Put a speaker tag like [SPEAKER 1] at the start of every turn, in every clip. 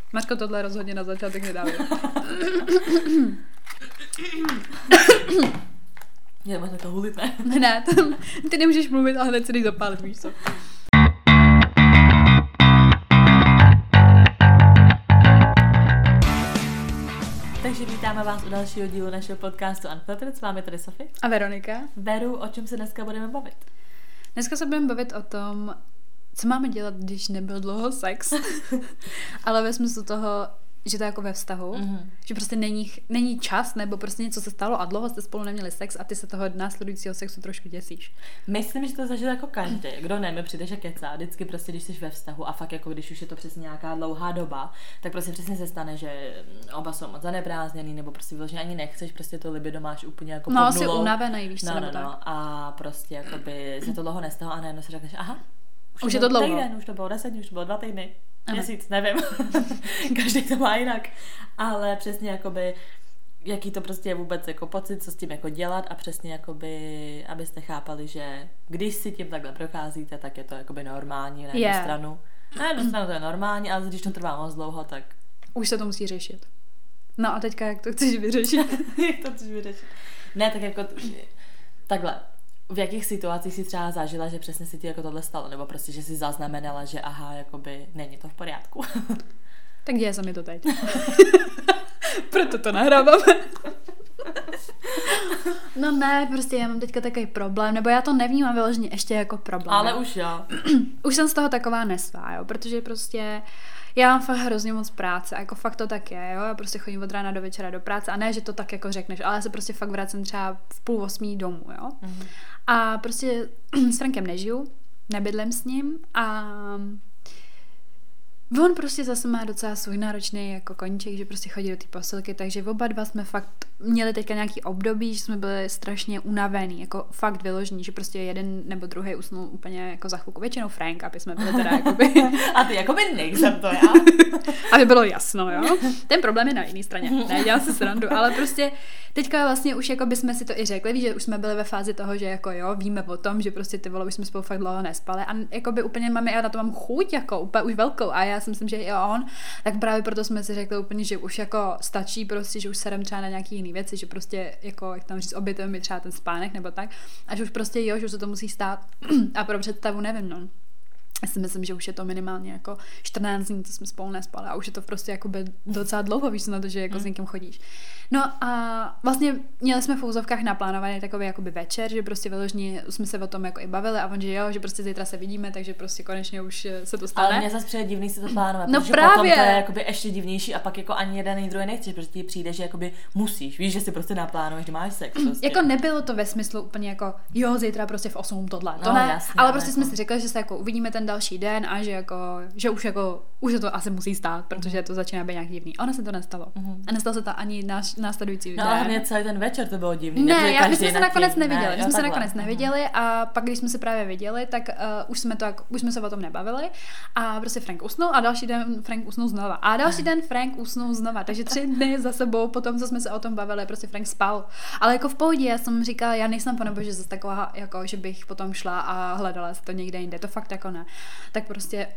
[SPEAKER 1] Mařko, tohle rozhodně na začátek nedávej.
[SPEAKER 2] Je, máš to hulit, ne?
[SPEAKER 1] Ne, ty nemůžeš mluvit, ale hned se jdeš zapálit, víš co.
[SPEAKER 2] Takže vítáme vás u dalšího dílu našeho podcastu Unfiltered. S vámi tady Sofie.
[SPEAKER 1] A Veronika.
[SPEAKER 2] Veru, o čem se dneska budeme bavit?
[SPEAKER 1] Dneska se budeme bavit o tom, co máme dělat, když nebyl dlouho sex. Ale ve smyslu toho, že to je jako ve vztahu, že prostě není čas, nebo prostě něco se stalo a dlouho jste spolu neměli sex a ty se toho následujícího sexu trošku děsíš.
[SPEAKER 2] Myslím, že to zažil jako každý. Kdo ne, mi přijde, že kecá. Vždycky prostě, když jsi ve vztahu a fakt jako když už je to přesně nějaká dlouhá doba, tak prostě přesně se stane, že oba jsou moc zaneprázdněný, nebo prostě vyloženě ani nechceš, prostě to libido máš úplně jako pod nulou.
[SPEAKER 1] No, asi unavený, víš co, nebo tak.
[SPEAKER 2] A prostě jakoby se to dlouho nestalo a najednou si řekneš, aha,
[SPEAKER 1] už je to dlouho.
[SPEAKER 2] Týden, už to bylo 10 dní, už to bylo 2 týdny. Měsíc, nevím. Každý to má jinak. Ale přesně jakoby, jaký to prostě je vůbec jako pocit, co s tím jako dělat a přesně jakoby, abyste chápali, že když si tím takhle procházíte, tak je to jakoby normální na jednu stranu. Na jednu stranu to je normální, ale když to trvá moc dlouho, tak...
[SPEAKER 1] Už se to musí řešit. No a teďka jak to chceš vyřešit?
[SPEAKER 2] Jak to chceš vyřešit? Ne, tak jako takhle. V jakých situacích si třeba zažila, že přesně si ti jako tohle stalo? Nebo prostě, že si zaznamenala, že aha, jakoby není to v pořádku?
[SPEAKER 1] Tak děje se mi to teď. Proto to nahráváme. No ne, prostě já mám teďka takový problém, nebo já to nevnímám vyloženě ještě jako problém.
[SPEAKER 2] Ale už jo.
[SPEAKER 1] Už jsem z toho taková nesvá, jo, protože prostě já mám fakt hrozně moc práce, jako fakt to tak je, jo, já prostě chodím od rána do večera do práce a ne, že to tak jako řekneš, ale já se prostě fakt vracím třeba v 7:30 domů, jo. A prostě s Frankem nežiju, nebydlím s ním a on prostě zase má docela svůj náročný jako koníček, že prostě chodí do té posilky, takže oba dva jsme fakt měli teďka nějaký období, že jsme byli strašně unavený, jako fakt vyložení, že prostě jeden nebo druhý usnul úplně jako za chvilku, většinou Frank, aby jsme byli teda jakoby...
[SPEAKER 2] A ty jakoby nejsem to já.
[SPEAKER 1] Aby bylo jasno, jo. Ten problém je na jiné straně, ne, dělám si srandu, ale prostě teďka vlastně už jako by jsme si to i řekli, víš, že už jsme byli ve fázi toho, že jako jo, víme o tom, že prostě ty vole, už jsme spolu fakt dlouho nespali a jako by úplně máme, já na to mám chuť jako úplně už velkou a já si myslím, že i on, tak právě proto jsme si řekli úplně, že už jako stačí prostě, že už sedem třeba na nějaký jiný věci, že prostě jako, jak tam říct, obětujeme mi třeba ten spánek nebo tak, a že už prostě jo, že už se to musí stát a pro představu nevím, no. Já si myslím, že už je to minimálně jako 14 dní, co jsme spolu nespali a už je to prostě jako docela dlouho, víš na to, že jako s někým chodíš. No a vlastně měli jsme v úzovkách naplánovaný takový jakoby večer, že prostě vyloženě jsme se o tom jako i bavili a on, že jo, že prostě zítra se vidíme, takže prostě konečně už se to stane.
[SPEAKER 2] Ale mě zase přijde divný si to plánovat,
[SPEAKER 1] no
[SPEAKER 2] protože
[SPEAKER 1] právě.
[SPEAKER 2] Potom to je jakoby ještě divnější a pak jako ani jeden ani druhý nechceš, protože ti přijde, že jakoby musíš, víš, že si prostě naplánuješ, že máš sex. Prostě.
[SPEAKER 1] Jako nebylo to ve smyslu úplně jako jo, zítra prostě v 8 tohle, to
[SPEAKER 2] no,
[SPEAKER 1] ne,
[SPEAKER 2] jasně,
[SPEAKER 1] ale prostě
[SPEAKER 2] jako...
[SPEAKER 1] jsme si řekli, že se jako uvidíme ten další den a že jako, že už se to asi musí stát, protože to začíná být nějak divný. Ono se to nestalo. A nestalo se to ani následující den.
[SPEAKER 2] No ale hlavně celý ten večer to bylo divný.
[SPEAKER 1] Ne, my jsme se nakonec neviděli. My jsme se nakonec neviděli a pak, když jsme se právě viděli, tak už jsme se o tom nebavili a prostě Frank usnul a další den Frank usnul znova. A další den Frank usnul znova. Takže 3 dny za sebou potom, co jsme se o tom bavili, prostě Frank spal. Ale jako v pohodě, já jsem říkala, já nejsem že zase taková, jako, že bych potom šla a hledala se to někde jinde. To fakt jako ne. Tak prostě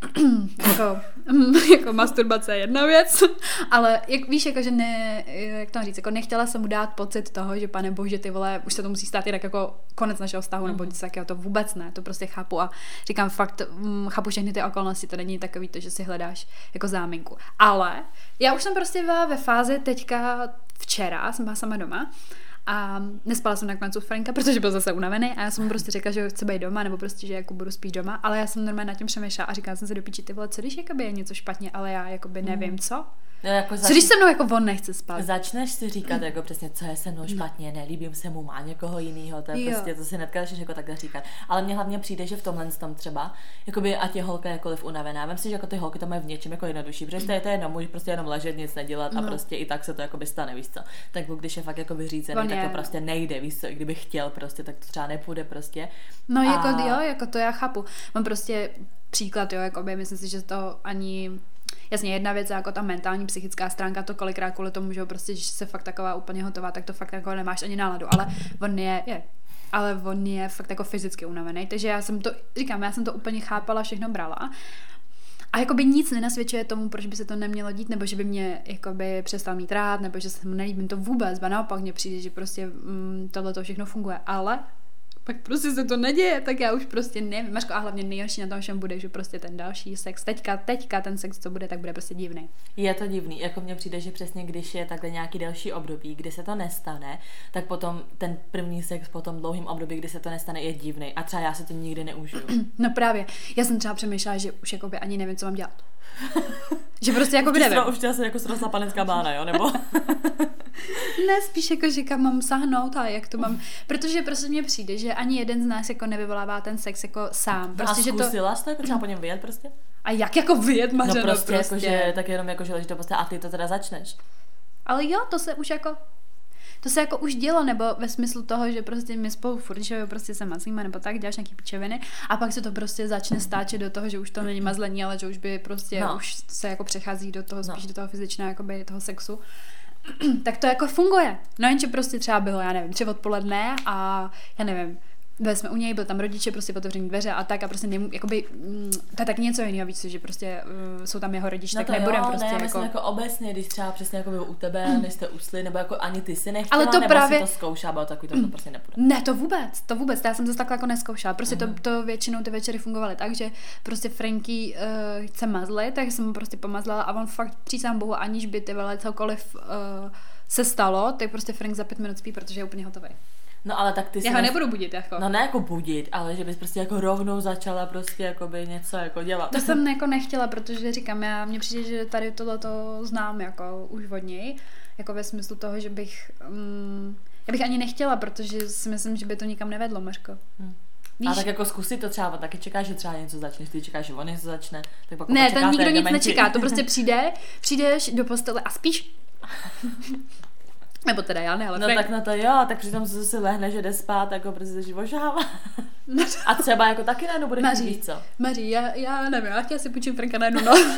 [SPEAKER 1] jako masturbace je jedna věc, ale jak víš, jako, že ne, jak to říct, jako nechtěla jsem mu dát pocit toho, že pane bože, ty vole, už se to musí stát jinak jako konec našeho vztahu, nebo něco takového, to vůbec ne, to prostě chápu a říkám fakt, chápu všechny ty okolnosti, to není takový to, že si hledáš jako záminku. Ale já už jsem prostě byla ve fázi teďka včera, jsem byla sama doma a nespala jsem nakonec u Franka, protože byl zase unavený a já jsem mu prostě řekla, že chci být doma, nebo prostě, že jako budu spíš doma, ale já jsem normálně nad tím přemýšlela a říkala jsem si do píči, ty vole, co když jakoby je něco špatně, ale já jakoby nevím co.
[SPEAKER 2] No, jako
[SPEAKER 1] co když se mnou jako on nechce spát?
[SPEAKER 2] Začneš si říkat jako přesně, co je se mnou špatně, nelíbím se mu, má někoho jiného, to je prostě, to si netkáš jako takhle říkat. Ale mně hlavně přijde, že v tomhle tom třeba, jakoby ať je holka jakkoliv unavená, vem si, že jako ty holky to mají v něčem jako jednodušší, protože to je jenom, můžeš prostě jenom ležet, nic nedělat a prostě i tak se to jakoby stane, víš co. Tak když je fakt jako vyřízený, tak to prostě nejde, víš co, i kdyby chtěl prostě, tak to třeba nepůjde prostě.
[SPEAKER 1] No jako jo, jako to já chápu. Mám prostě příklad, jo, jakoby myslím si, že to ani jasně, jedna věc je jako ta mentální, psychická stránka, to kolikrát kvůli tomu, že prostě, když se fakt taková úplně hotová, tak to fakt jako nemáš ani náladu, ale on je fakt jako fyzicky unavený, takže já jsem to úplně chápala, všechno brala A jakoby nic nenasvědčuje tomu, proč by se to nemělo dít, nebo že by mě jakoby přestal mít rád, nebo že se mu nelíbím, to vůbec, ba naopak mně přijde, že prostě tohle to všechno funguje, ale pak prostě se to neděje, tak já už prostě nevím. Mařko, a hlavně nejhorší na tom všem bude, že prostě ten další sex, teďka ten sex, co bude, tak bude prostě divný.
[SPEAKER 2] Je to divný, jako mně přijde, že přesně když je takhle nějaký další období, kdy se to nestane, tak potom ten první sex po tom dlouhým období, kdy se to nestane, je divný. A třeba já si to nikdy neužiju.
[SPEAKER 1] No právě, já jsem třeba přemýšlela, že už jakoby ani nevím, co mám dělat. Že prostě jakoby nevím.
[SPEAKER 2] Už tě asi jako srostla panenská bána, jo, nebo?
[SPEAKER 1] Ne, spíš jako, že kam mám sáhnout a jak to mám, protože prostě mně přijde, že ani jeden z nás jako nevyvolává ten sex jako sám. Prostě,
[SPEAKER 2] a zkusila jsi to jako třeba po něm vyjet prostě?
[SPEAKER 1] A jak jako vyjet, Mařeno,
[SPEAKER 2] no prostě. Jako, že tak jenom jako, že ležíš do postele a ty to teda začneš.
[SPEAKER 1] Ale jo, to se jako už dělo, nebo ve smyslu toho, že prostě my spolu furt, že prostě se mazlíme, nebo tak, děláš nějaký pičoviny a pak se to prostě začne stáčet do toho, že už to není mazlení, ale že už by prostě už se jako přechází do toho, spíš do toho fyzičného, jakoby toho sexu. Tak to jako funguje. No jenže prostě třeba bylo, já nevím, 3 odpoledne a já nevím, byli jsme u něj, byl tam rodiče, prostě otevřený dveře a tak a prostě jakoby, to je tak něco jiného, víc, že prostě jsou tam jeho rodiče, no tak nebudem prostě
[SPEAKER 2] ne,
[SPEAKER 1] jako...
[SPEAKER 2] myslím jako obecně, když třeba přesně jako byl u tebe, než jste usli, nebo jako ani ty si nechtěla,
[SPEAKER 1] ale to
[SPEAKER 2] nebo
[SPEAKER 1] právě...
[SPEAKER 2] si to zkoušela, bo takový to prostě nepůjde.
[SPEAKER 1] Ne, to vůbec, já jsem to takhle jako neskoušela, prostě to většinou ty večery fungovaly tak, že prostě Franky chce mazlit, tak jsem mu prostě pomazlala a on fakt přísám bohu, aniž by ty vele cokoliv se stalo, tak prostě Frank za 5 minut spí, protože je úplně hotový.
[SPEAKER 2] No ale tak ty
[SPEAKER 1] já ho nebudu budit jako.
[SPEAKER 2] No ne jako budit, ale že bys prostě jako rovnou začala prostě jakoby něco jako dělat.
[SPEAKER 1] To jsem jako nechtěla, protože říkám, mně přijde, že tady tohleto znám jako už od něj, jako ve smyslu toho, že bych já bych ani nechtěla, protože si myslím, že by to nikam nevedlo, Mařko.
[SPEAKER 2] A tak jako zkusit to třeba, taky čekáš, že třeba něco začneš, ty čekáš, že on něco začne, tak pak
[SPEAKER 1] ne, ten nikdo nic nečeká, to prostě přijdeš do postele a spíš. Nebo teda já ne, ale
[SPEAKER 2] no tak na to jo, tak přitom si lehne, že jde spát, jako prostě se živošává. A třeba jako taky najednou bude chtít, víš co?
[SPEAKER 1] Maří, já nevím, já si půjčím Franka na jednu noc.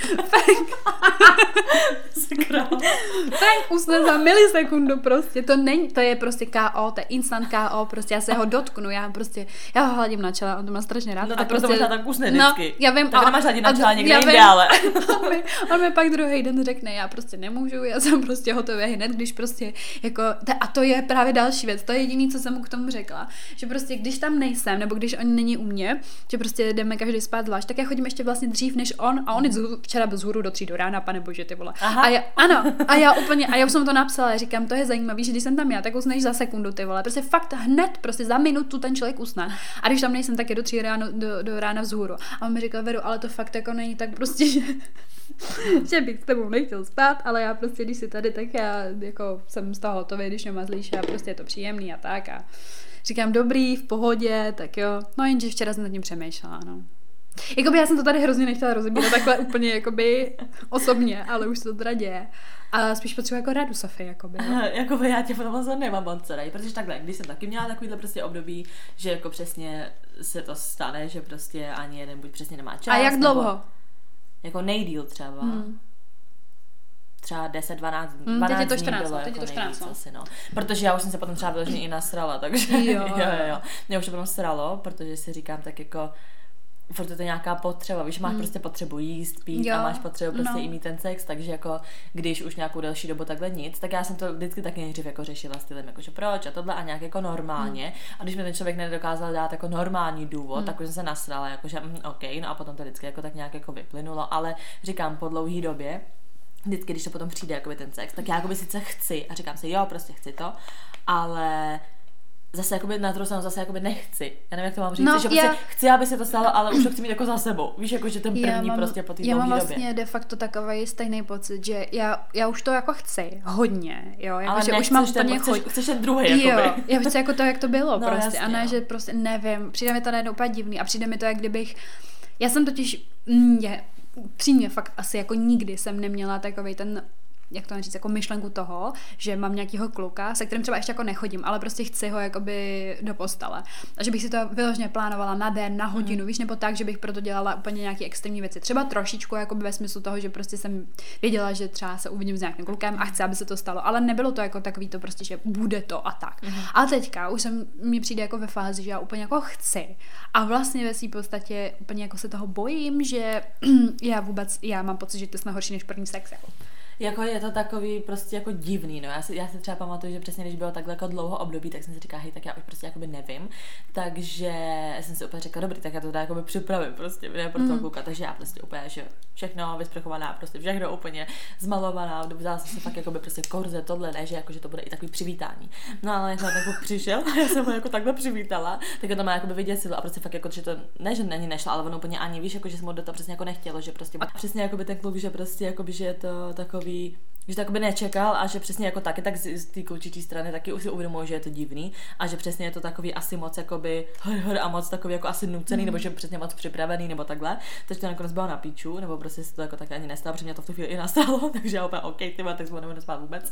[SPEAKER 1] Frank usne za milisekundu prostě, to je prostě KO, to je instant KO, prostě já se ho dotknu, já ho hladím na čele, on to má strašně rád.
[SPEAKER 2] No tak
[SPEAKER 1] prostě,
[SPEAKER 2] to možná tak usne vždycky.
[SPEAKER 1] No, já vím.
[SPEAKER 2] Tak nemáš hladit na čele někde jinde, ale.
[SPEAKER 1] On mi pak druhý den řekne, já prostě nemůžu, já jsem prostě hotový hned, když prostě jako, a to je právě další věc, to je jediný, co jsem mu k tomu řekla, že prostě když tam nejsem, nebo když on není u mě, že prostě jdeme každý spát zvlášť, tak já chodím ještě vlastně dřív než on a on včera byl zhůru do 3 do rána, panebože, ty vole. A já už jsem to napsala, já říkám, to je zajímavý, že když jsem tam já, tak usneš za sekundu, ty vole, prostě fakt hned, prostě za minutu ten člověk usne. A když tam nejsem, tak je do 3 ráno, do rána vzhůru. A on mi říkal, Veru, ale to fakt jako není tak prostě, že bych s tebou nechtěl spát, ale já prostě, když jsi tady, tak já jako jsem z toho hotový, když mě mazlíš a prostě je to příjemný a tak a říkám dobrý, v pohodě, tak jo. No jenže včera jsem nad tím přemýšlela, no. Jakoby já jsem to tady hrozně nechtěla rozebírat takhle úplně jakoby osobně, ale už se to teda děje. A spíš potřebuji jako radu, Sofie, jakoby.
[SPEAKER 2] Jakoby já tě v tomhle nemám moc radit, protože takhle, když jsem taky měla takovýhle prostě období, že jako přesně se to stane, že prostě ani jeden buď přesně nemá čas.
[SPEAKER 1] A jak dlouho?
[SPEAKER 2] Nebo jako nejdýl třeba. Třeba 10-12 dní.
[SPEAKER 1] Teď je to 14,
[SPEAKER 2] bylo
[SPEAKER 1] teď
[SPEAKER 2] jako
[SPEAKER 1] je to 14.
[SPEAKER 2] Asi, no. Protože já už jsem se potom třeba vyloženě i nasrala, takže jo. Mě už to potom sralo, protože si říkám tak jako furt je to nějaká potřeba, víš, máš prostě potřebu jíst, pít a máš potřebu prostě i mít ten sex, takže jako když už nějakou delší dobu takhle nic, tak já jsem to vždycky taky nejdřív jako řešila stylem, jakože proč a tohle a nějak jako normálně a když mi ten člověk nedokázal dát jako normální důvod, tak už jsem se nasrala, jakože OK, no a potom to vždycky jako tak nějak jako vyplynulo, ale říkám po dlouhý době, vždycky, když to potom přijde jakoby ten sex, tak já jakoby sice chci a říkám si, jo, prostě chci to, ale zase jakoby na druhou stranu zase jakoby nechci. Já nevím, jak to mám říct, že prostě chci, aby se to stalo, ale už to chci mít jako za sebou. Víš, jako že ten první prostě po té dlouhé době.
[SPEAKER 1] Já mám vlastně de facto takový stejný pocit, že já už to jako chci hodně, jo, jako,
[SPEAKER 2] ale
[SPEAKER 1] že už mám úplně
[SPEAKER 2] chceš ten druhý, jakoby.
[SPEAKER 1] Jo, já chci jako to, jak to bylo
[SPEAKER 2] no,
[SPEAKER 1] prostě
[SPEAKER 2] jasně,
[SPEAKER 1] a ne, že prostě nevím, přijde mi to najednou úplně divný a přijde mi to, jak kdybych, já jsem totiž přímě fakt asi jako nikdy jsem neměla takovej ten jak to říct, jako myšlenku toho, že mám nějakýho kluka, se kterým třeba ještě jako nechodím, ale prostě chci ho jakoby do postele. A že bych si to vyloženě plánovala na den, na hodinu, víš, nebo tak, že bych proto dělala úplně nějaké extrémní věci. Třeba trošičku jakoby ve smyslu toho, že prostě jsem věděla, že třeba se uvidím s nějakým klukem a chci, aby se to stalo, ale nebylo to jako takový to prostě, že bude to a tak. A teďka už mi přijde jako ve fázi, že já úplně jako chci. A vlastně ve své podstatě úplně jako se toho bojím, že já mám pocit, že to jsme horší než první sex.
[SPEAKER 2] Jako je to takový prostě jako divný, no. Já si třeba pamatuju, že přesně když bylo takhle jako dlouho období, tak jsem si říkala, hej, tak já už prostě jakoby nevím. Takže jsem si úplně řekla, dobrý, tak já to jakoby připravím prostě, ne pro toho kluka. Takže já prostě úplně, že všechno vysprchovaná, prostě všechno úplně zmalovaná, vzala jsem si fakt jakoby prostě korze, tohle, ne, že jakože to bude i takový přivítání. No ale jako přišel a já jsem ho jako takhle přivítala, tak to má jakoby vyděsilo a prostě fakt jako, že to ne, že není nešla, ale ono úplně ani víš, jako že jsem ho do toho přesně jako nechtělo, že prostě a přesně jakoby ten kluk, že prostě jakoby, že je to takový, že to jakoby nečekal a že přesně jako taky tak z té klučičí strany taky už si uvědomuji, že je to divný a že přesně je to takový asi moc jakoby a moc takový jako asi nucený, nebo že přesně moc připravený nebo takhle, takže to nakonec bylo na píču, nebo prostě se to jako tak ani nestalo, protože mě to v tu chvíli i nastalo, takže já úplně OK, tak jsme nebudu spát vůbec,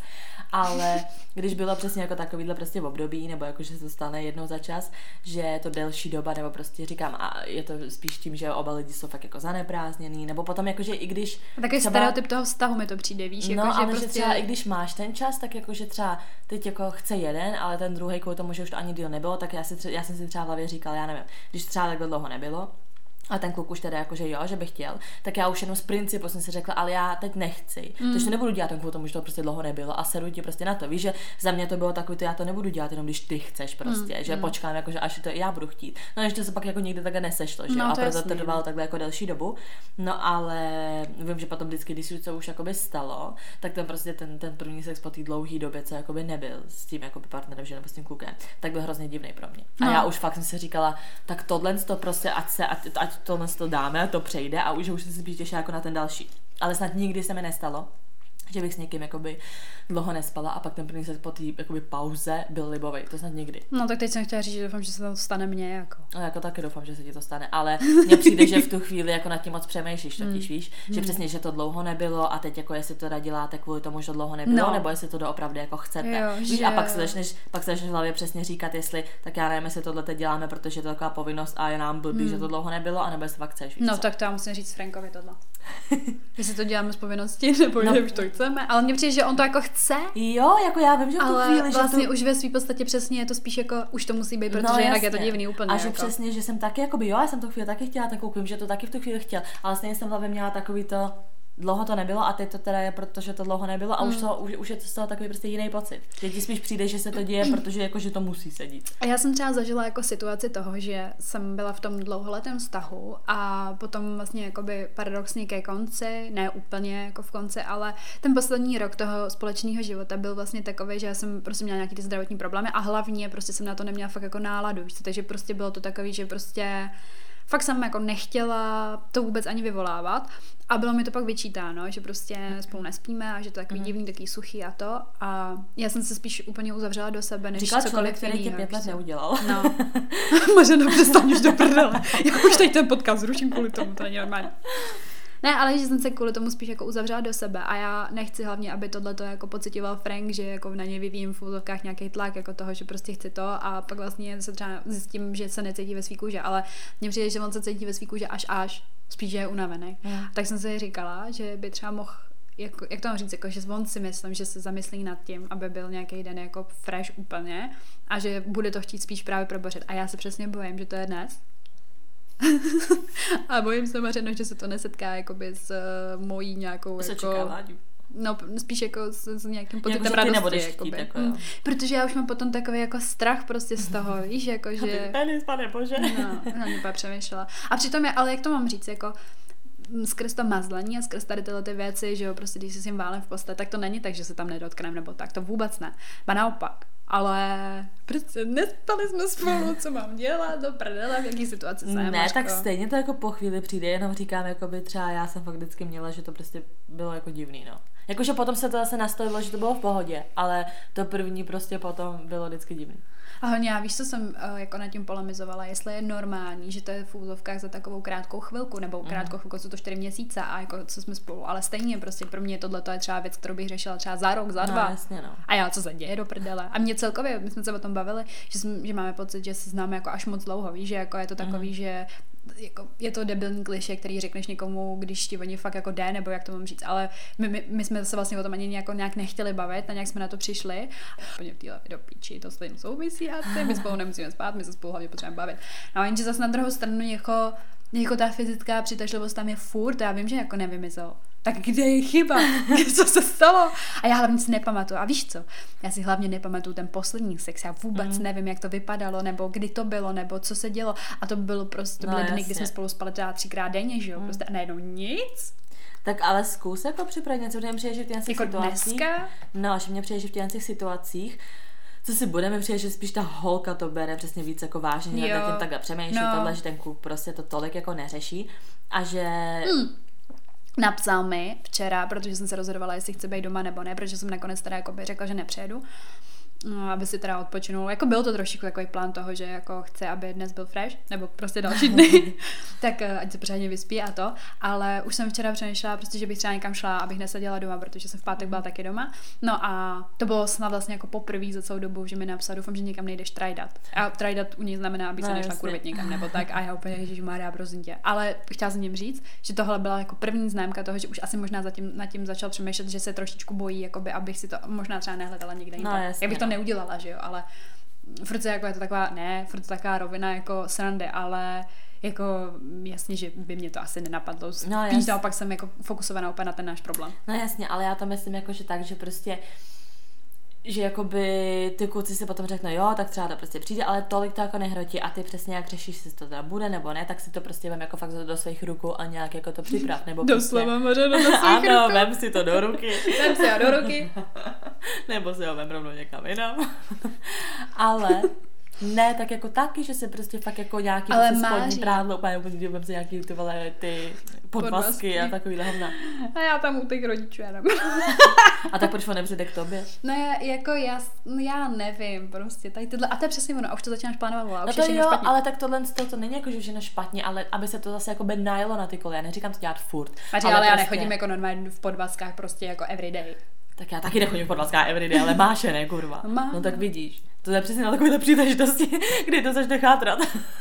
[SPEAKER 2] ale když bylo přesně jako takovýhle prostě v období, nebo jako že se to stane jednou za čas, že je to delší doba, nebo prostě říkám, a je to spíš tím, že oba lidi jsou fakt jako zaneprázdněný, nebo potom jakože i když
[SPEAKER 1] taky třeba stereotyp toho vztahu mi to přijde, víš,
[SPEAKER 2] no,
[SPEAKER 1] jako,
[SPEAKER 2] ale
[SPEAKER 1] že prostě
[SPEAKER 2] třeba i když máš ten čas, tak jakože třeba teď jako chce jeden, ale ten druhý kvůli tomu, že už to ani díl nebylo, tak já jsem si třeba v hlavě říkala, já nevím, když třeba takhle dlouho nebylo, a ten kluk už teda jakože jo, že by chtěl, tak já už jenom z principu jsem si řekla, ale já teď nechci. Takže to nebudu dělat kvůli tomu, že to prostě dlouho nebylo a sedu ti prostě na to. Víš, že za mě to bylo takový, to já to nebudu dělat jenom když ty chceš prostě, že počkám jakože až to já budu chtít. No ještě se pak jako někde takhle nesešlo, že?
[SPEAKER 1] No,
[SPEAKER 2] a proto to trvalo takhle jako delší dobu. No ale vím, že potom vždycky, když se už jakoby stalo, tak ten prostě ten první sex po té dlouhé době, co jakoby nebyl s tím jakoby partnerem, že nebo s tím klukem, tak byl hrozně divný pro mě. A já už fakt jsem si říkala, tak tohle to prostě ať tohle to dáme, to přejde a už se spíš těšila jako na ten další. Ale snad nikdy se mi nestalo, že bych s někým jakoby dlouho nespala a pak ten první set po té jakoby pauze byl libovej. To snad nikdy.
[SPEAKER 1] No tak teď jsem chtěla říct, že doufám, že se to stane mně jako.
[SPEAKER 2] No jako taky doufám, že se ti to stane, ale mně přijde, že v tu chvíli jako nad tím moc přemýšlíš, totiž víš, že přesně, že to dlouho nebylo a teď jako jestli to děláte kvůli tomu, že to dlouho nebylo, nebo jestli to doopravdy jako chcete.
[SPEAKER 1] Jo,
[SPEAKER 2] víš, a pak se začneš v hlavě přesně říkat, jestli tak já nevím, jestli tohle teď děláme, protože je to taková povinnost a je nám blbý, že to dlouho nebylo, anebo jestli fakt chceš. Víš,
[SPEAKER 1] no tak to já musím říct Frankovi tohle. Jestli to děláme z povinnosti, nebo že už to chceme, ale mně přijde, že on to jako chce.
[SPEAKER 2] Jo, jako já vím, že v tu chvíli,
[SPEAKER 1] ale vlastně už ve své podstatě přesně je to spíš jako už to musí být, protože jinak je to divný úplně.
[SPEAKER 2] A že
[SPEAKER 1] jako.
[SPEAKER 2] Přesně, že jsem taky jakoby jo, já jsem tu chvíli taky chtěla, tak koupím, že to taky v tu chvíli chtěl, ale stejně jsem v hlavě měla takový to dlouho to nebylo a teď to teda je, protože to dlouho nebylo a už je to z toho takový prostě jiný pocit. Že ti spíš přijde, že se to děje, protože jako, že to musí sedít.
[SPEAKER 1] A já jsem třeba zažila jako situaci toho, že jsem byla v tom dlouholetém vztahu a potom vlastně jakoby paradoxně ke konci, ne úplně jako v konci, ale ten poslední rok toho společného života byl vlastně takový, že já jsem prostě měla nějaký ty zdravotní problémy a hlavně prostě jsem na to neměla fakt jako náladu, takže prostě bylo to takový, že prostě fakt jsem jako nechtěla to vůbec ani vyvolávat a bylo mi to pak vyčítáno, že prostě spolu nespíme a že to je takový divný, takový suchý a to a já jsem se spíš úplně uzavřela do sebe, než
[SPEAKER 2] říkala
[SPEAKER 1] cokoliv
[SPEAKER 2] člověk, který tě 5 let neudělal.
[SPEAKER 1] No. Možná přestaň už do prdele. Já už teď ten podcast zruším kvůli tomu, to není normální. Ne, ale že jsem se kvůli tomu spíš jako uzavřela do sebe a já nechci hlavně, aby tohleto jako pocitoval Frank, že jako na něj vyvíjím v úzovkách nějaký tlak jako toho, že prostě chci to a pak vlastně se třeba zjistím, že se necítí ve svý kůži, ale mně přijde, že on se cítí ve svý kůži až, spíš, že je unavený. Tak jsem si říkala, že by třeba mohl jak to mám říct, jako, že on si myslím, že se zamyslí nad tím, aby byl nějaký den jako fresh úplně a že bude to chtít spíš právě probořit. A já se přesně bojím, že to je dnes. A bojím se mařeno, že se to nesetká jakoby s mojí nějakou jako... No, spíš jako s nějakým pocitem radosti, jakoby.
[SPEAKER 2] Jako,
[SPEAKER 1] protože já už mám potom takový jako strach prostě z toho, víš, jako že...
[SPEAKER 2] Penis, pane bože.
[SPEAKER 1] No, mě pak přemýšlela. A přitom ale jak to mám říct, jako skrz to mazlení a skrz tady tyhle ty věci, že jo, prostě když si s tím válem v posteli, tak to není tak, že se tam nedotkneme nebo tak, to vůbec ne. Ba naopak. Ale prostě nespali jsme spolu, co mám dělat, do prdele, v jaký situaci jsem.
[SPEAKER 2] Ne, tak stejně to jako po chvíli přijde, jenom říkám, jako by třeba já jsem fakt vždycky měla, že to prostě bylo jako divný, no. Jakože potom se to zase nastavilo, že to bylo v pohodě, ale to první prostě potom bylo vždycky divný.
[SPEAKER 1] A hlavně já víš, co jsem jako nad tím polemizovala, jestli je normální, že to je v úzovkách za takovou krátkou chvilku, nebo krátkou chvilku, jsou to 4 měsíce a jako co jsme spolu, ale stejně prostě pro mě tohle to je třeba věc, kterou bych řešila třeba za rok, za 2.
[SPEAKER 2] No, jasně, no.
[SPEAKER 1] A já, co se děje do prdele. A mě celkově, my jsme se o tom bavili, že máme pocit, že se známe jako až moc dlouho, víš, že jako je to takový, že jako, je to debilní klišé, který řekneš někomu, když ti oni fakt jako jde, nebo jak to mám říct, ale my jsme se vlastně o tom ani nějak nechtěli bavit, a nějak jsme na to přišli. Úplně v téhle do píči, to s tím souvisí asi, my spolu nemusíme spát, my se spolu hlavně potřebujeme bavit. No a jenže zase na druhou stranu jako ta fyzická přitažlivost tam je furt, já vím, že jako nevymizelo. Tak kde je chyba? Co se stalo? A já hlavně si nepamatuju. A víš co? Já si hlavně nepamatuju ten poslední sex. Já vůbec nevím, jak to vypadalo, nebo kdy to bylo, nebo co se dělo. A to bylo prostě, to byly dny, kdy jsme spolu spali třeba 3krát denně, že jo? Prostě a najednou nic.
[SPEAKER 2] Tak ale zkus jako připravit něco, že mě přijde, že v těch
[SPEAKER 1] jako
[SPEAKER 2] situacích.
[SPEAKER 1] Dneska?
[SPEAKER 2] No, že mě přijde, že v těch situacích co si budeme přijde, že spíš ta holka to bere přesně víc jako vážně, že nad tím takhle přemýšlí, tohle, že ten kluk prostě to tolik jako neřeší a že...
[SPEAKER 1] Napsal mi včera, protože jsem se rozhodovala, jestli chci být doma nebo ne, protože jsem nakonec teda jako by řekla, že nepřijedu, aby si teda odpočinul. Jako byl to trošičku takový plán toho, že jako chce, aby dnes byl fresh, nebo prostě další dny, tak ať se pořádně vyspí a to, ale už jsem včera přemýšlela prostě, že bych třeba někam šla, abych neseděla doma, protože jsem v pátek byla taky doma. No a to bylo snad vlastně jako poprvé za celou dobu, že mi napsal, doufám, že někam nejdeš trajdat. A trajdat u něj znamená, abych se nešla kurvit někam nebo tak, a já úplně ježišmarja, prosím tě. Ale chtěla jsem jim říct, že tohle byla jako první známka toho, že už asi možná nad tím začal přemýšlet, že se trošičku bojí, jakoby, abych si to možná třeba nehledala někde jinde. Já bych to neudělala, že jo, ale furt jako je to taková rovina jako srandy, ale jako jasně, že by mě to asi nenapadlo. Spíš naopak jsem jako fokusovaná úplně na ten náš problém.
[SPEAKER 2] No jasně, ale já to myslím jako, že tak, že prostě že jakoby ty kluci si potom řeknou, jo, tak třeba to prostě přijde, ale tolik to jako nehrotí a ty přesně jak řešíš, jestli to teda bude nebo ne, tak si to prostě vem jako fakt do svých rukou a nějak jako to připrav, nebo
[SPEAKER 1] doslova prostě... do svých
[SPEAKER 2] ano,
[SPEAKER 1] rukou.
[SPEAKER 2] vem si to do ruky.
[SPEAKER 1] Vem si ho do ruky.
[SPEAKER 2] Nebo si ho vem rovnou někam jinam. Ale ne, tak jako taky, že se prostě fakt jako nějaký spodní prádlo, úplně vem si nějaký ty podvazky a takovýhle hovna.
[SPEAKER 1] A já tam u těch rodičů jenom.
[SPEAKER 2] A tak proč on nepřijde k tobě?
[SPEAKER 1] No jako já nevím, prostě tady tyhle, a to je přesně ono, a už to začínáš plánovat.
[SPEAKER 2] No to jo, špatně. Ale tak tohle to není jako, že všechno špatně, ale aby se to zase jako by najelo na ty koly, já neříkám to dělat furt.
[SPEAKER 1] Ale prostě... já nechodím jako normálně v podvazkách prostě jako everyday.
[SPEAKER 2] Tak já taky nechodím v podvazkách everyday, ale máš je, ne kurva. No tak vidíš. To je přesně na takovéhle příležitosti, kdy to začne chátrat.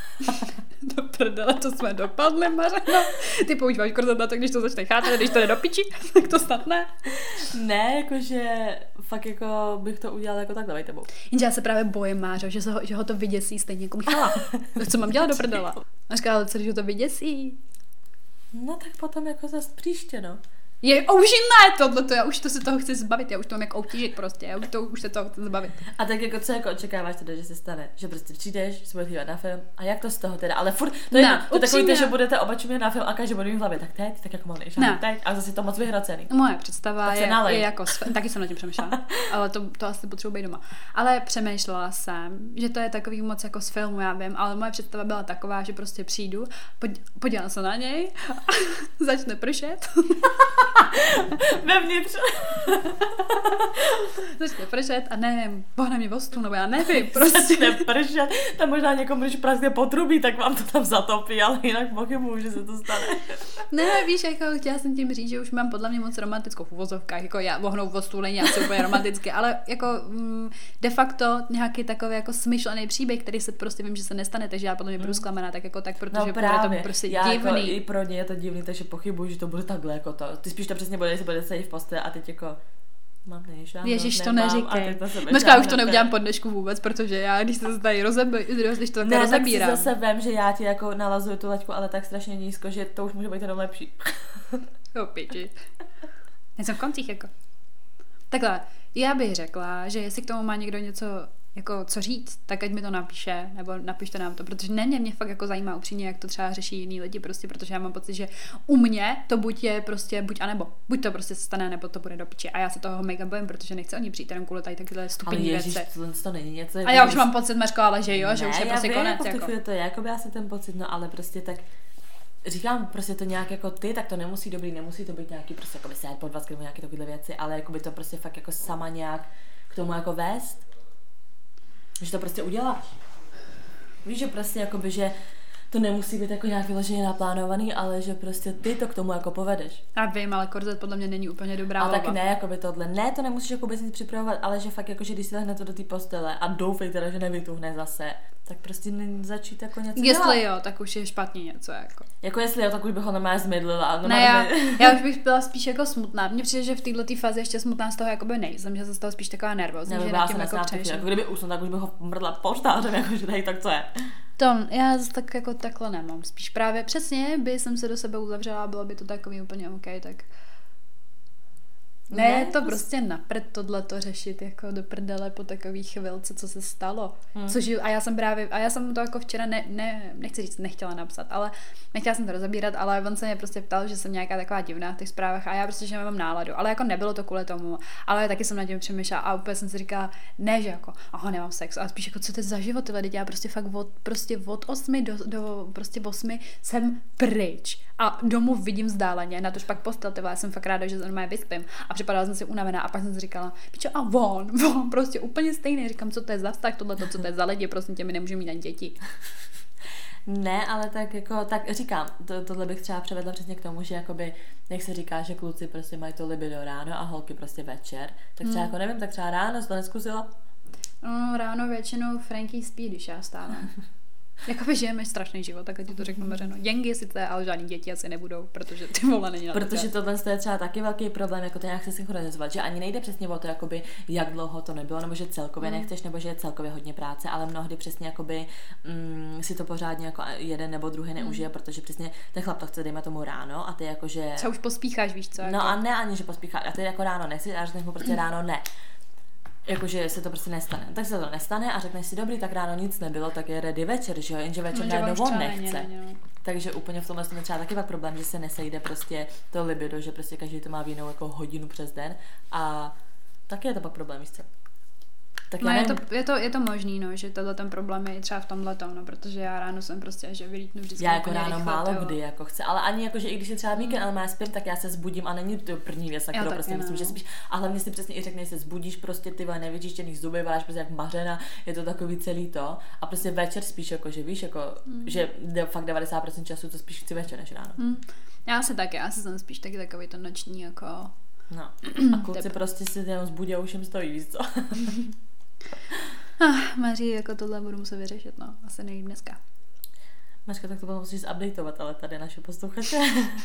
[SPEAKER 1] Do prdele, to jsme dopadli, Mařeno. Ty používáš korzet na to, když to začne chátrat, když to jde do piči, tak to snad ne.
[SPEAKER 2] Ne, jakože fakt jako bych to udělala jako takhle, vej tebou.
[SPEAKER 1] Jenže já se právě bojím, Mářo, že ho to vyděsí stejně jako Michala. Co mám dělat do prdele? A říká, ale co, když ho to vyděsí?
[SPEAKER 2] No tak potom jako zase příště, no.
[SPEAKER 1] Už ne, tohleto, já už to se toho chci zbavit, já už to mám jako obtížit prostě, už se toho chci zbavit.
[SPEAKER 2] A tak jako co jako očekáváš teda, že se stane? Že prostě přijdeš, se budete dívat na film a jak to z toho teda, ale furt, to je takový, že budete oba čumět na film a každý bude v hlavě, tak teď, tak jako mám teď a zase to moc vyhrocený.
[SPEAKER 1] Moje představa je jako, taky jsem na tím přemýšlela, ale to asi potřebuji být doma. Ale přemýšlela jsem, že to je takový moc jako z filmu, já vím, ale moje představa byla taková, že prostě přijdu, podívám se na něj, začne pršet.
[SPEAKER 2] Vevnitř.
[SPEAKER 1] Začne pršet a nevím, pohne mě vostu, nebo já nevím, prostě.
[SPEAKER 2] Začne pršet, tam možná někomu, když praskne potrubí, tak vám to tam zatopí, ale jinak pochybuju, že se to stane.
[SPEAKER 1] Ne, víš, jako chtěla jsem tím říct, že už mám podle mě moc romantickou v uvozovkách, jako já vohnout vostu není asi úplně romanticky, ale jako de facto nějaký takový jako smyšlený příběh, který se prostě vím, že se nestane, takže já podle mě budu zklamaná, tak jako tak, protože
[SPEAKER 2] no
[SPEAKER 1] to prostě
[SPEAKER 2] já
[SPEAKER 1] divný.
[SPEAKER 2] Jako, i pro ně je to divný, takže pochybuju, že to bude takhle jako to. Ty spíš to přesně bude, jestli bude sedět v posteli a teď jako mám nejšáhnout,
[SPEAKER 1] Ježiš, to neříkej. Dneska už to neudělám po dnešku vůbec, protože já, když to tady rozebírám.
[SPEAKER 2] Tak si zase vem, že já ti jako nalazuju tu laťku, ale tak strašně nízko, že to už může být jenom lepší.
[SPEAKER 1] Jo, piči. Nejsem v koncích jako. Takhle, já bych řekla, že jestli k tomu má někdo něco jako co říct, tak ať mi to napíše, nebo napište nám to, protože mě fakt jako zajímá upřímně, jak to třeba řeší jiný lidi, prostě, protože já mám pocit, že u mě to buď je prostě buď a nebo, buď to prostě stane, nebo to bude do piči. A já se toho mega bojím, protože nechci ani přijít jenom kvůli tady takové stupidní věci.
[SPEAKER 2] To není něco.
[SPEAKER 1] A já už mám pocit, Mařko, ale že jo,
[SPEAKER 2] ne,
[SPEAKER 1] že už je prostě konec.
[SPEAKER 2] Jako. To je, jako by asi ten pocit, no ale prostě tak říkám prostě to nějak jako ty, tak to nemusí dobrý, nemusí to být nějaký prostě jako set po 20 nebo nějaké takovéhle věci, ale jako by to prostě fakt jako sama nějak k tomu jako vést, že to prostě uděláš. Víš, že prostě jakoby, že to nemusí být jako nějak vyloženě naplánovaný, ale že prostě ty to k tomu jako povedeš.
[SPEAKER 1] Já vím, ale korzet podle mě není úplně dobrá
[SPEAKER 2] volba. A tak ne, jakoby tohle. Ne, to nemusíš jako vůbec nic připravovat, ale že fakt jako, že když si lehne to do té postele a doufej teda, že nevytuhne zase, tak prostě začít jako něco
[SPEAKER 1] Jestli
[SPEAKER 2] dělat.
[SPEAKER 1] Jo, tak už je špatně něco jako.
[SPEAKER 2] Jako jestli jo, tak už bych ho normálně zmydlila.
[SPEAKER 1] Ne, já už bych byla spíš jako smutná. Mně přijde, že v této fázi ještě smutná z toho jakoby nejsem, že jsem z toho spíš taková nervózní, že nad tím jako přemýšlím.
[SPEAKER 2] Jako kdyby usnul, tak už bych ho mrdla poštářem, jako že tady tak co je.
[SPEAKER 1] To, já zase tak jako takhle nemám. Spíš právě přesně by jsem se do sebe uzavřela a bylo by to takový úplně OK, tak ne, to prostě napřed tohleto řešit jako do prdele po takový chvilce, co se stalo. A já jsem to jako včera nechci říct, nechtěla napsat, ale nechtěla jsem to rozebírat, ale on se mě prostě ptal, že jsem nějaká taková divná v těch zprávách a já prostě, že nemám náladu. Ale jako nebylo to kvůli tomu, ale taky jsem nad tím přemýšlela a úplně jsem si říkala, ne, že jako, nemám sex, ale spíš jako, co to je za život, tyhle děti, já prostě fakt od 8 do prostě 8 jsem pryč a domů vidím vzdáleně, na tož pak postel, já jsem fakt ráda, že normálně vyspím a připadala jsem si unavená a pak jsem si říkala, pičo, a on prostě úplně stejný, říkám, co to je za vztah, tohleto, co to je za lidi, prostě tě, my nemůžeme mít ani děti.
[SPEAKER 2] Ne, ale tak jako, tak říkám, tohle bych třeba převedla přesně k tomu, že jakoby, jak se říká, že kluci prostě mají to libido ráno a holky prostě večer, tak třeba jako nevím, tak třeba ráno jsi to neskusila?
[SPEAKER 1] No, ráno většinou Frankie spí, když já stávám. Jakoby žijeme strašný život, tak ti to řeknu Mařeno. Děngy sice, ale žádný děti asi nebudou, protože ty vole není na to.
[SPEAKER 2] Protože tohle je třeba taky velký problém, jako to nějak se synchronizovat, že ani nejde přesně o to, jakoby, jak dlouho to nebylo, nebo že celkově nechceš, nebo že je celkově hodně práce, ale mnohdy přesně jakoby, si to pořádně jako jeden nebo druhý neužije, protože přesně ten chlap to chce, dejme tomu ráno a ty jakože...
[SPEAKER 1] Co už pospícháš, víš co? Jako...
[SPEAKER 2] No a ne ani, že pospícháš, a ty jako ráno nechceš a řekneš mu prostě ráno ne. Jakože se to prostě nestane. Tak se to nestane a řekneš si, dobrý, tak ráno nic nebylo, tak je ready večer, že jo, jenže večer najednou on nechce. Takže úplně v tomhle je třeba taky pak problém, že se nesejde prostě to libido, že prostě každý to má v jinou jako hodinu přes den a taky je to pak problém, víš co? Tak
[SPEAKER 1] no je to možný, no, že tenhle ten problém je třeba v tomhletom, no, protože já ráno jsem prostě, že vylítnu vždycky.
[SPEAKER 2] Já jako ráno rychle, málo kdy jako chce, ale ani jako, že i když je třeba víkend, ale má spím, tak já se zbudím a není to první věc, na kterou prostě myslím, že spíš. A hlavně si přesně i řekneš, se zbudíš prostě ty nevyčištěných zuby, voláš prostě jak mařena, je to takový celý to. A prostě večer spíš jako, že víš, jako, že fakt 90% času to spíš chci večer než ráno.
[SPEAKER 1] Já jsem spíš taky takový to noční jako.
[SPEAKER 2] No. A kluci prostě si jenom zbudí a už jim stojí, víš co?
[SPEAKER 1] Maří, jako tohle budu muset vyřešit, no. Asi nejím dneska.
[SPEAKER 2] Mařka, tak to potom musíš updateovat, ale tady naše posluchače.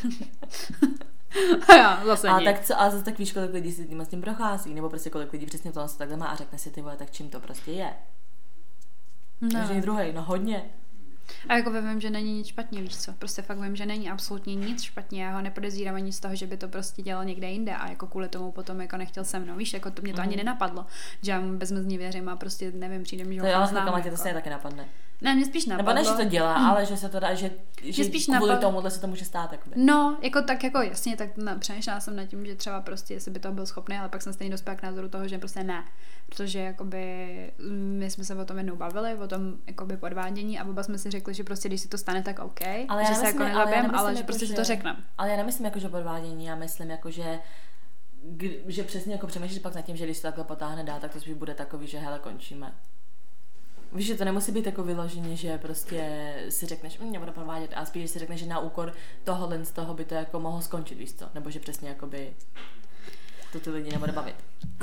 [SPEAKER 1] Já, zase
[SPEAKER 2] a tak co, a zase tak víš, kolik lidí si s tím prochází, nebo prostě kolik lidí přesně to takhle má a řekne si, ty vole, tak čím to prostě je. No. Každý druhej, no hodně.
[SPEAKER 1] A jako vím, že není nic špatně, víš co, prostě fakt vím, že není absolutně nic špatně, já ho nepodezírám ani z toho, že by to prostě dělal někde jinde a jako kvůli tomu potom jako nechtěl se mnou, víš, jako to mě to ani nenapadlo, že já mu bezmezně věřím a prostě nevím, přijde mi, že ho znám. To
[SPEAKER 2] tě to se taky napadne.
[SPEAKER 1] Ne, mě spíš napadlo.
[SPEAKER 2] Nebo ne, že to dělá, ale že se to dá, že spíš kvůli tomuhle se to může stát. Jakoby.
[SPEAKER 1] No, jako tak jako jasně, tak přemýšlela jsem nad tím, že třeba prostě, jestli by to byl schopný, ale pak jsem stejně dospěla k názoru toho, že prostě ne. Protože jakoby my jsme se o tom jednou bavili, o tom jakoby podvádění a oba jsme si řekli, že prostě když si to stane, tak OK, ale že se jako nezabijem, ale že prostě si to řekneme.
[SPEAKER 2] Ale já nemyslím jako, že podvádění, já myslím jako, že přesně jako přemýšlíš pak nad tím, že když se takhle potáhne dál, tak to spíš bude takový, že hele, končíme. Víš, že to nemusí být jako vyloženě, že prostě si řekneš, nebudu podvádět, a spíš si řekneš, že na úkor tohohle z toho by to jako mohlo skončit, víš co? Nebo že přesně jakoby to ty lidi nebude bavit.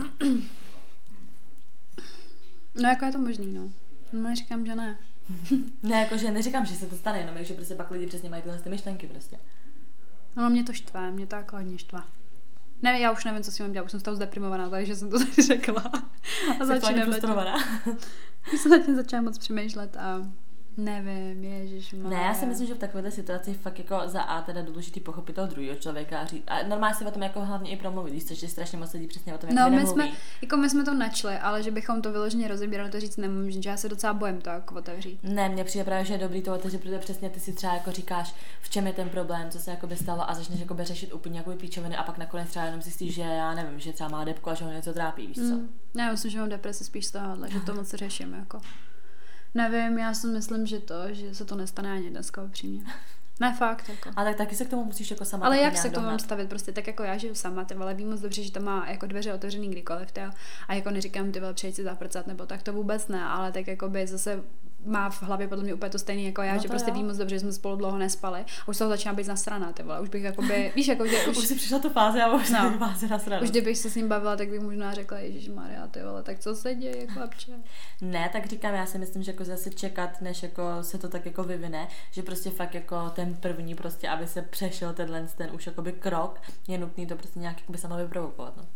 [SPEAKER 1] No jako je to možný, no. No říkám, že ne.
[SPEAKER 2] Ne, jakože neříkám, že se to stane, jenom že prostě pak lidi přesně mají tyhle myšlenky prostě.
[SPEAKER 1] No mě to štve, mě to jako hodně štve. Ne, já už nevím, co si mám dělat, už jsem z toho zdeprimovaná, takže jsem to tady řekla. A začínám začala moc přemýšlet a nevím, ježišmarja.
[SPEAKER 2] Ne, já si myslím, že v takovéhle situaci fakt jako za A teda důležitý pochopit toho druhého člověka a říct, a normálně si o tom jako hlavně i promluvit, což je strašně moc lidí přesně o tom jako nemluví.
[SPEAKER 1] My jsme to načli, ale že bychom to vyloženě rozebírali, to říct nemůžu, že já se docela bojím to jako otevřít.
[SPEAKER 2] Ne, mně přijde právě, že je dobrý to otevřít, protože přesně ty si třeba jako říkáš, v čem je ten problém, co se jako by stalo a začneš jako by řešit úplně nějakou píčoviny a pak nakonec třeba jenom zjistíš, že já nevím, že třeba má depku a že ho něco trápí, víš co?
[SPEAKER 1] Já myslím, že mám depresi spíš z tohohle, že to moc řeším jako. Nevím, já si myslím, že se to nestane ani dneska upřímně. Ne, fakt, jako.
[SPEAKER 2] A tak taky se k tomu musíš jako sama.
[SPEAKER 1] Ale jak se k tomu mám stavit, prostě tak jako já žiju sama, ty vole, vím moc dobře, že to má jako dveře otevřený kdykoliv, ty, a jako neříkám, ty vole, přejít si zaprcat, nebo tak to vůbec ne, ale tak jako by zase má v hlavě podle mě úplně to stejné jako já, no že prostě vím moc dobře, že jsme spolu dlouho nespali. A už se ho začíná být nasraná, ty vole. Už bych jakoby, víš, jako že
[SPEAKER 2] už si přišla tu fáze a už jsem fáze nasraná.
[SPEAKER 1] Už kdybych se s ním bavila, tak bych možná řekla, Ježišmarja, ty vole, tak co se děje, chlapče?
[SPEAKER 2] Ne, tak říkám, já si myslím, že jako zase čekat, než jako se to tak jako vyvine, že prostě fakt jako ten první prostě, aby se přešel ten už jakoby krok, je nutný to prostě nějak jakoby sama vyprovokovat, no.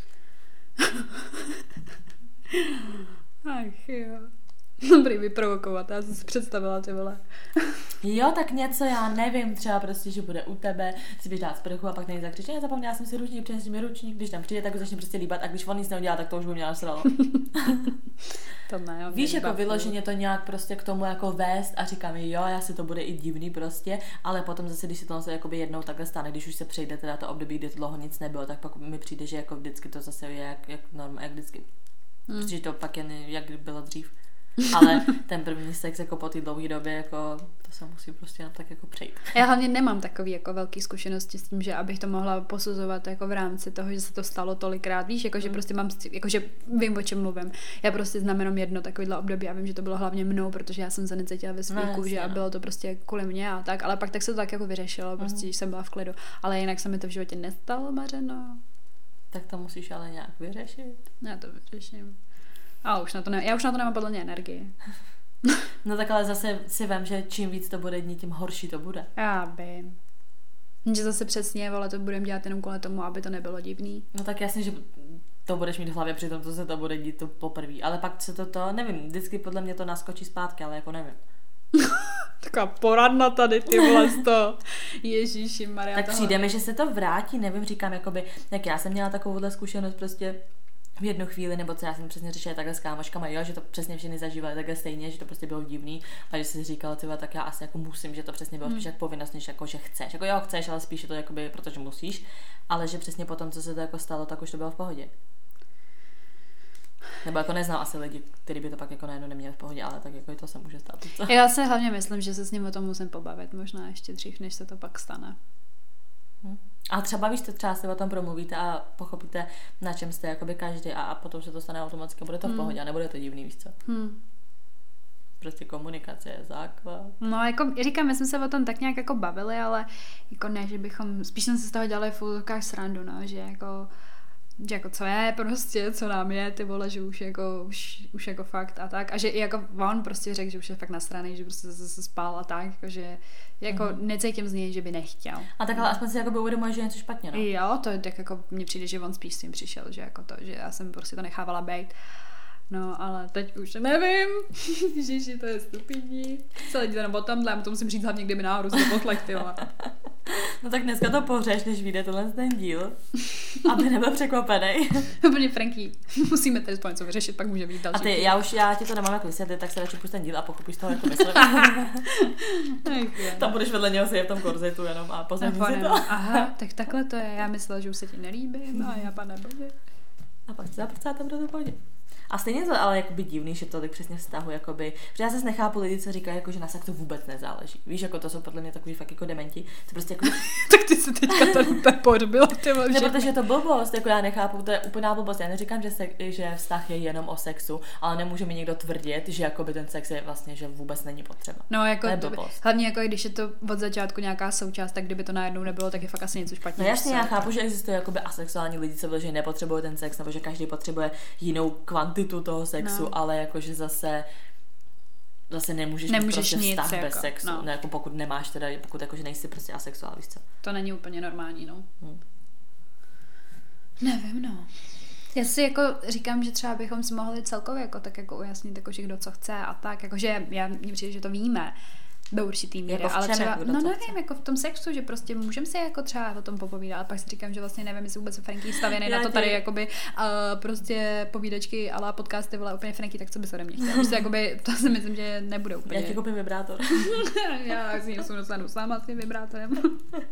[SPEAKER 1] Ach jo. Dobrý vyprovokovat, já jsem si představila, ty vole.
[SPEAKER 2] Jo, tak něco, já nevím, třeba prostě, že bude u tebe, si běž dát sprchu a pak nejde zakřičet, já zapomněla jsem si ručník, přines mi ručník, když tam přijde, tak ho začne prostě líbat a když on nic neudělá, tak to už by mě nasralo.
[SPEAKER 1] To ne,
[SPEAKER 2] víš, jako vyloženě to nějak prostě k tomu jako vést a říkám, jo, asi to bude i divný prostě, ale potom zase, když se to zase jakoby jednou takhle stane, když už se přejde teda to období, kdy to dlouho nic nebylo, tak pak mi přijde, že jako vždycky to zase je jak normálně, jak vždycky. Protože to pak jen jak bylo dřív. Ale ten první sex jako po té dlouhé době, jako to se musí prostě tak jako přejít.
[SPEAKER 1] Já hlavně nemám takový jako velký zkušenosti s tím, že abych to mohla posuzovat jako v rámci toho, že se to stalo tolikrát, víš, jako že prostě mám, jako že vím, o čem mluvím. Já prostě znám jenom jedno takovýhle období a vím, že to bylo hlavně mnou, protože já jsem se necítila ve svý kůži a bylo to prostě kvůli mě a tak, ale pak tak se to tak jako vyřešilo, prostě když jsem byla v klidu, ale jinak se mi to v životě nestalo, Mařeno.
[SPEAKER 2] Tak to musíš ale nějak vyřešit.
[SPEAKER 1] Já to vyřeším. A já už na to nemám podle mě energii.
[SPEAKER 2] No tak ale zase si vem, že čím víc to bude dní, tím horší to bude.
[SPEAKER 1] Já vím. Že zase přesně, ale to budeme dělat jenom kvůli tomu, aby to nebylo divný.
[SPEAKER 2] No tak jasně, že to budeš mít v hlavě při tom, co se to bude dít to poprvé. Ale pak se to nevím, vždycky podle mě to naskočí zpátky, ale jako nevím.
[SPEAKER 1] Taková poradna tady, ty vole, to. Ježíši Maria.
[SPEAKER 2] Tak přijde mi, že se to vrátí, nevím, říkám, jakoby, jak já jsem měla takovouhle zkušenost prostě v jednu chvíli, nebo co já jsem přesně řešila takhle s kámoškama, jo, že to přesně všichni zažívali takhle stejně, že to prostě bylo divný, a že si říkala, tyhle, tak já asi jako musím, že to přesně bylo spíš jak povinnost, než jako, že chceš. Jako jo, chceš, ale spíš je to jakoby, protože musíš, ale že přesně potom, co se to jako stalo, tak už to bylo v pohodě. Nebo jako neznám asi lidi, kteří by to pak jako najednou neměli v pohodě, ale tak jako i to se může stát. Co?
[SPEAKER 1] Já si hlavně myslím, že se s ním o tom musím pobavit, možná ještě dřív, než se to pak stane.
[SPEAKER 2] A třeba víš, třeba si o tom promluvíte a pochopíte, na čem jste jakoby každý a potom se to stane automaticky, bude to v pohodě a nebude to divný, víš co? Prostě komunikace je základ.
[SPEAKER 1] No jako říkám, my jsme se o tom tak nějak jako bavili, ale jako ne, že bychom, spíš jsme se z toho dělali v úzovkách srandu, no, že jako co je prostě, co nám je, ty vole, že už jako fakt a tak. A že i jako on prostě řekl, že už je fakt nasranej, že prostě se spál a tak, že jako necítím z něj, že by nechtěl. A
[SPEAKER 2] tak ale aspoň si jako by uvědomuje, že je něco špatně, no.
[SPEAKER 1] Jo, to tak jako mně přijde, že on spíš s tím přišel, že jako to, že já jsem prostě to nechávala bejt. No, ale teď už nevím. Ježiši, to je stupidní. Celý den o tomhle, to musím říct hlavně, kdyby náhodou se poslech, ty vole.
[SPEAKER 2] No tak dneska to pohřeš, než vyjde ten díl, aby nebyl překvapený.
[SPEAKER 1] Úplně Franky, musíme tady spolu něco vyřešit, pak může být další.
[SPEAKER 2] A já ti to nemám jako vysvětlit, tak se radši pust ten díl a pochopíš toho, jako myslím. Tam budeš vedle něho sedět v tom korzetu jenom a pozorní si to.
[SPEAKER 1] Aha, tak takhle to je. Já myslela, že už se ti nelíbím a já pane bože.
[SPEAKER 2] A pak se zaprcáte, bude to v pohodě. A stejně to ale jakoby divný, že to tak přesně vztahu, jakoby, protože já zase nechápu lidi, co říkají, jako, že na sexu vůbec nezáleží. Víš, jako to jsou podle mě takový fakt jako dementi, co prostě jako...
[SPEAKER 1] Tak ty se teďka tady úplně podbila, ty vole.
[SPEAKER 2] Ne, protože je to blbost, jako já nechápu, to je úplná blbost. Já neříkám, že vztah je jenom o sexu, ale nemůže mi někdo tvrdit, že jakoby ten sex je vlastně, že vůbec není potřeba.
[SPEAKER 1] No, jako to je blbost. Hlavně jako když je to od začátku nějaká součást, tak kdyby to najednou nebylo, tak je fakt asi něco špatně.
[SPEAKER 2] No jasně, já chápu, že existuje jakoby asexuální lidi, co že nepotřebují ten sex, nebo že každý potřebuje jinou kvantitu toho sexu. No. Ale jakože zase nemůžeš mít prostě
[SPEAKER 1] nic
[SPEAKER 2] vztah
[SPEAKER 1] jako,
[SPEAKER 2] bez sexu, no. Ne, jako pokud nemáš teda, pokud jakože nejsi prostě asexuál, víš co?
[SPEAKER 1] To není úplně normální, no. Nevím, no. Já si jako říkám, že třeba bychom si mohli celkově jako tak jako ujasnit, jako, že kdo co chce a tak, jakože mně přijde, že to víme do určitý míry,
[SPEAKER 2] jako
[SPEAKER 1] ale třeba,
[SPEAKER 2] jako
[SPEAKER 1] no nevím, jako v tom sexu, že prostě můžeme si jako třeba o tom popovídat, ale pak si říkám, že vlastně nevím, jestli vůbec Franky stavěný na to tady jakoby prostě povídačky a podcasty, vole, úplně Franky, tak co bys ode mě chtěla, prostě jakoby, to si myslím, že nebude úplně.
[SPEAKER 2] Já ti koupím vibrátor.
[SPEAKER 1] Já si něco dostanu sama s tím vibrátorem.